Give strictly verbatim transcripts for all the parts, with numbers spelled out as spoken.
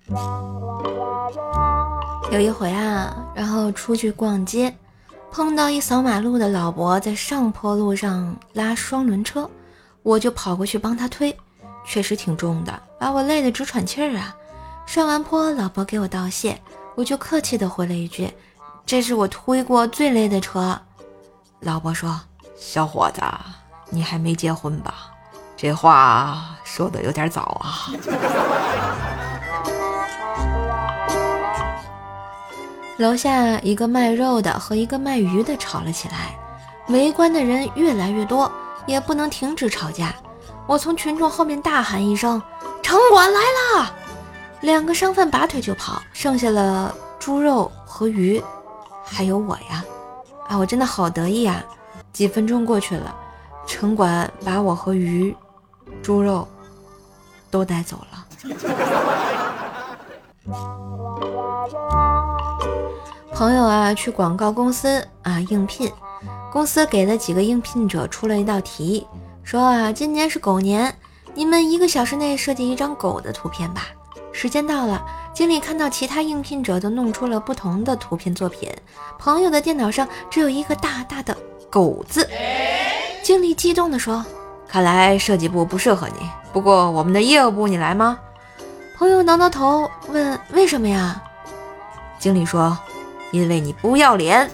有一回啊，然后出去逛街，碰到一扫马路的老伯在上坡路上拉双轮车，我就跑过去帮他推，确实挺重的，把我累得直喘气儿啊。上完坡，老伯给我道谢，我就客气地回了一句：“这是我推过最累的车。”老伯说：“小伙子，你还没结婚吧？这话说的有点早啊。”楼下一个卖肉的和一个卖鱼的吵了起来，围观的人越来越多，也不能停止吵架。我从群众后面大喊一声：“城管来啦！”两个商贩拔腿就跑，剩下了猪肉和鱼，还有我呀！啊，我真的好得意啊！几分钟过去了，城管把我和鱼、猪肉都带走了。朋友啊，去广告公司啊应聘，公司给了几个应聘者出了一道题，说啊，今年是狗年，你们一个小时内设计一张狗的图片吧。时间到了，经理看到其他应聘者都弄出了不同的图片作品，朋友的电脑上只有一个大大的狗字。经理激动地说：“看来设计部不适合你，不过我们的业务部你来吗？”朋友挠挠头问：“为什么呀？”经理说：“因为你不要脸。”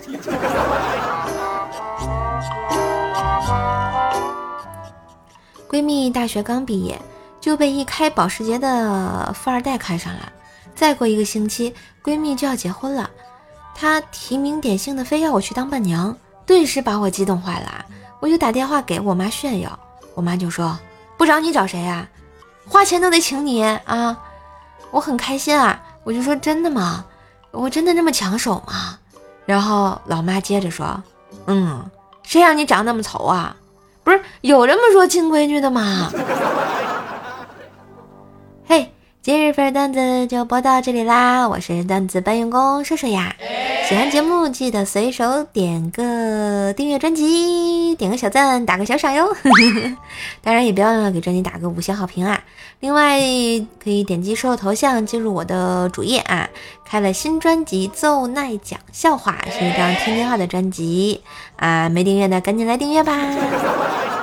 闺蜜大学刚毕业，就被一开保时捷的富二代看上了。再过一个星期，闺蜜就要结婚了，她提名点姓的非要我去当伴娘，顿时把我激动坏了。我就打电话给我妈炫耀，我妈就说：“不找你找谁啊？花钱都得请你啊！”我很开心啊，我就说：“真的吗？我真的那么抢手吗？”然后老妈接着说：“嗯，谁让你长那么丑啊？不是有这么说亲闺女的吗？”嘿，今日份段子就播到这里啦，我是段子搬运工射手呀。喜欢节目记得随手点个订阅专辑，点个小赞，打个小赏哟。当然也别忘了给专辑打个五星好评啊。另外可以点击收我头像进入我的主页啊，开了新专辑奏奈讲笑话，是一张天津话的专辑啊，没订阅的赶紧来订阅吧。